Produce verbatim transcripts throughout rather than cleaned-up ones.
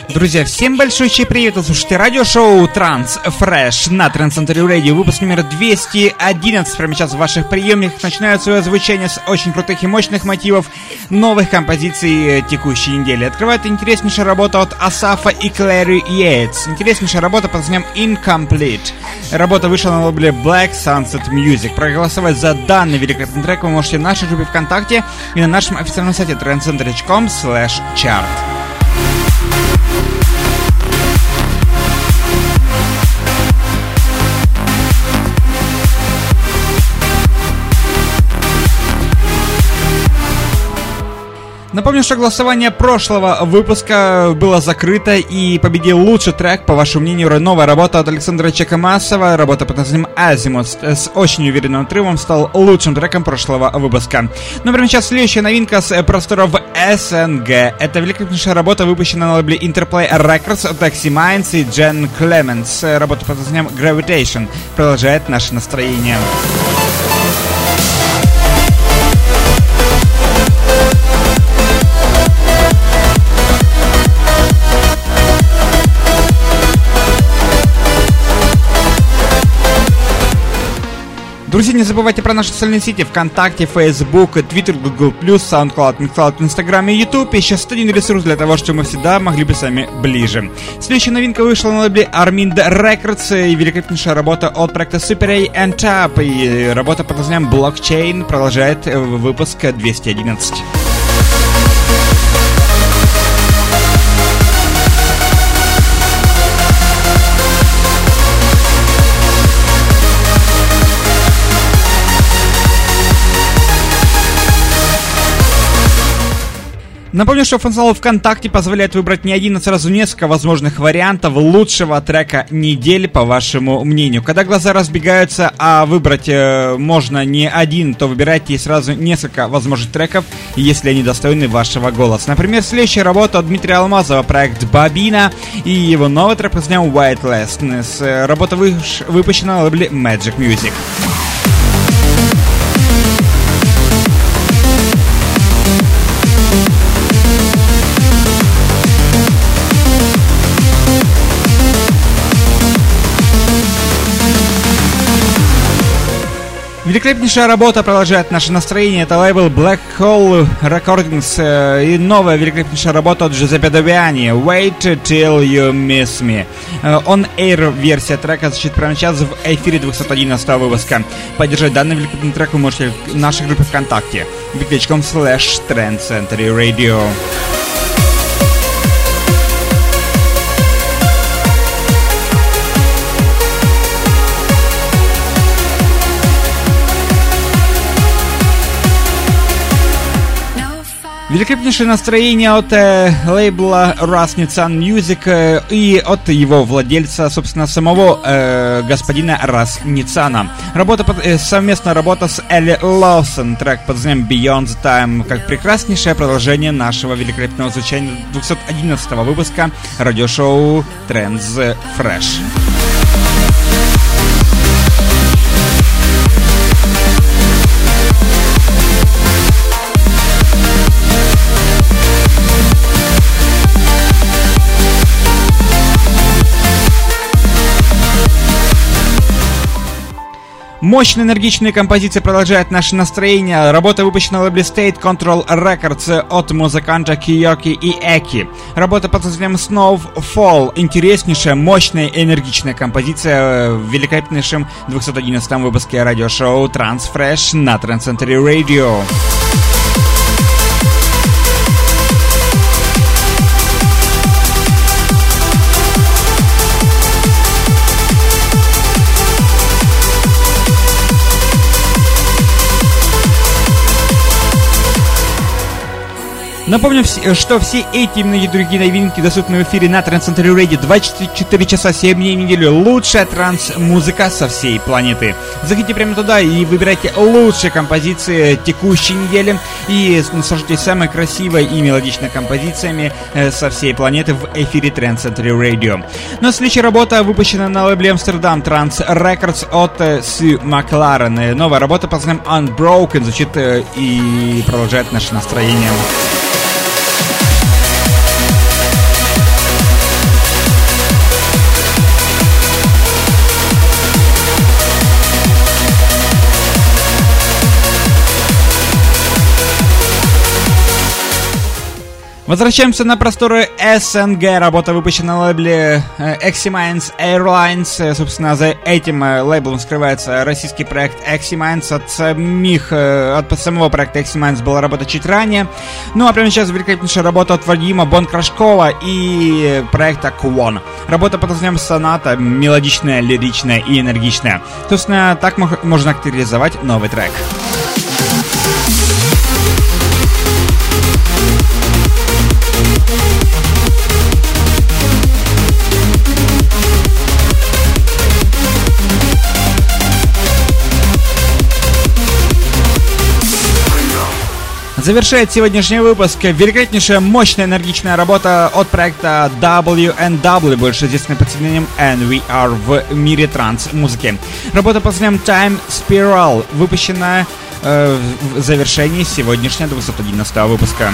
Друзья, всем большущий привет! Вы слушаете радиошоу Транс Фреш на Trance Century Radio. Выпуск номер двести одиннадцать. Прямо сейчас в ваших приемниках начинают свое звучание с очень крутых и мощных мотивов новых композиций текущей недели. Открывает интереснейшая работа от Асафа и Клэри Йейтс. Интереснейшая работа под названием Incomplete. Работа вышла на лейбле Black Sunset Music. Проголосовать за данный великолепный трек вы можете в нашей группе ВКонтакте и на нашем официальном сайте трансцентр точка ком слэш чарт. Напомню, что голосование прошлого выпуска было закрыто и победил лучший трек, по вашему мнению, новая работа от Александра Чекамасова. Работа под названием Азимут с очень уверенным отрывом стал лучшим треком прошлого выпуска. Ну, прямо сейчас следующая новинка с просторов СНГ. Это великолепнейшая работа, выпущенная на лейбле Interplay Records от Taxi Minds и Джен Клеменс. Работа под названием Gravitation продолжает наше настроение. Друзья, не забывайте про наши социальные сети ВКонтакте, Facebook, Twitter, Google+, SoundCloud, Mixcloud, Instagram и YouTube. И сейчас один ресурс для того, чтобы мы всегда могли быть с вами ближе. Следующая новинка вышла на лейбле Arminda Records и великолепнейшая работа от проекта Super A and Tap. И работа под названием Blockchain продолжает выпуск двести одиннадцать. Напомню, что функционал ВКонтакте позволяет выбрать не один, а сразу несколько возможных вариантов лучшего трека недели, по вашему мнению. Когда глаза разбегаются, а выбрать э, можно не один, то выбирайте сразу несколько возможных треков, если они достойны вашего голоса. Например, следующая работа от Дмитрия Алмазова, проект Бабина, и его новый трек под названием Whitelessness. Работа выш... выпущена на лейбле Magic Music. Великолепнейшая работа продолжает наше настроение. Это лейбл Black Hole Recordings э, и новая великолепнейшая работа от Джузеппе Довиани Wait Till You Miss Me. Э, On-Air версия трека звучит прямо сейчас в эфире двухсот одиннадцатого выпуска. Поддержать данный великолепный трек вы можете в нашей группе ВКонтакте би точка ком слэш Trance Century Radio. Великолепнейшее настроение от э, лейбла Ras Nissan Music э, и от его владельца, собственно, самого э, господина Ras Nissan. Работа под, э, совместная работа с Элли Лоусон, трек под названием Beyond the Time, как прекраснейшее продолжение нашего великолепного звучания двухсот одиннадцатого выпуска радиошоу Trance Fresh. Мощные энергичные композиции продолжают наше настроение. Работа выпущена в лейбле State Control Records от музыканта Киоки и Эки. Работа под названием Snowfall. Интереснейшая, мощная, энергичная композиция в великолепнейшем двухсот одиннадцатом выпуске радиошоу Trance Fresh на Trance Century Radio. Напомню, что все эти и многие другие новинки доступны в эфире на Trance Century Radio двадцать четыре часа семь дней в неделю. Лучшая транс-музыка со всей планеты. Заходите прямо туда и выбирайте лучшие композиции текущей недели и наслаждайтесь самой красивой и мелодичной композициями со всей планеты в эфире Trance Century Radio. Но следующая работа выпущена на лейбле Amsterdam Trance Records от Сью Макларен. Новая работа под названием Unbroken звучит и продолжает наше настроение. Возвращаемся на просторы СНГ. Работа выпущена на лейбле Eximinds Airlines. Собственно, за этим лейблом скрывается российский проект Eximinds. От самих, от самого проекта Eximinds была работа чуть ранее. Ну а прямо сейчас великолепнейшая работа от Вадима Бонкрашкова и проекта Квон. Работа под названием «Соната», мелодичная, лиричная и энергичная. Собственно, так можно актуализовать новый трек. Завершает сегодняшний выпуск великолепнейшая, мощная, энергичная работа от проекта дабл ю энд дабл ю, больше известный под псевдонимом And We Are в мире транс-музыки. Работа под названием Time Spiral, выпущена э, в завершении сегодняшнего двухсот одиннадцатого выпуска.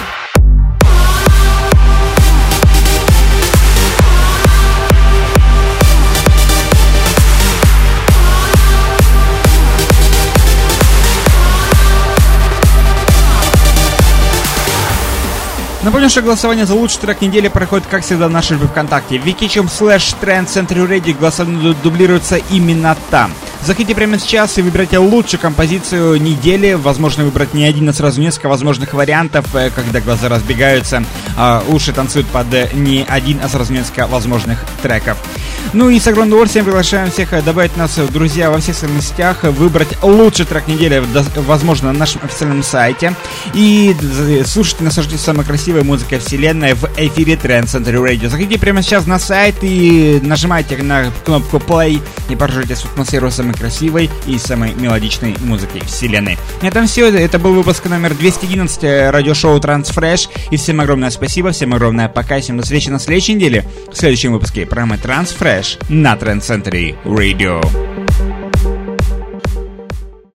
Напомню, что голосование за лучший трек недели проходит, как всегда, в нашей группе ВКонтакте. wiki.com slash Trend Century Radio. Голосование дублируется именно там. Заходите прямо сейчас и выбирайте лучшую композицию недели. Возможно выбрать не один, а сразу несколько возможных вариантов, когда глаза разбегаются, а уши танцуют под не один, а сразу несколько возможных треков. Ну и с огромным удовольствием приглашаем всех добавить нас в друзья во всех социальных сетях, выбрать лучший трек недели, возможно, на нашем официальном сайте. И слушайте, наслаждайтесь самой красивой музыкой вселенной в эфире Trend Century Radio. Заходите прямо сейчас на сайт и нажимайте на кнопку play и пожалуйте атмосферу самой красивой и самой мелодичной музыки вселенной. На этом все. Это был выпуск номер двести одиннадцать радиошоу Transfresh. И всем огромное спасибо, всем огромное пока, всем до встречи на следующей неделе в следующем выпуске программы Transfresh на Trend Century Radio.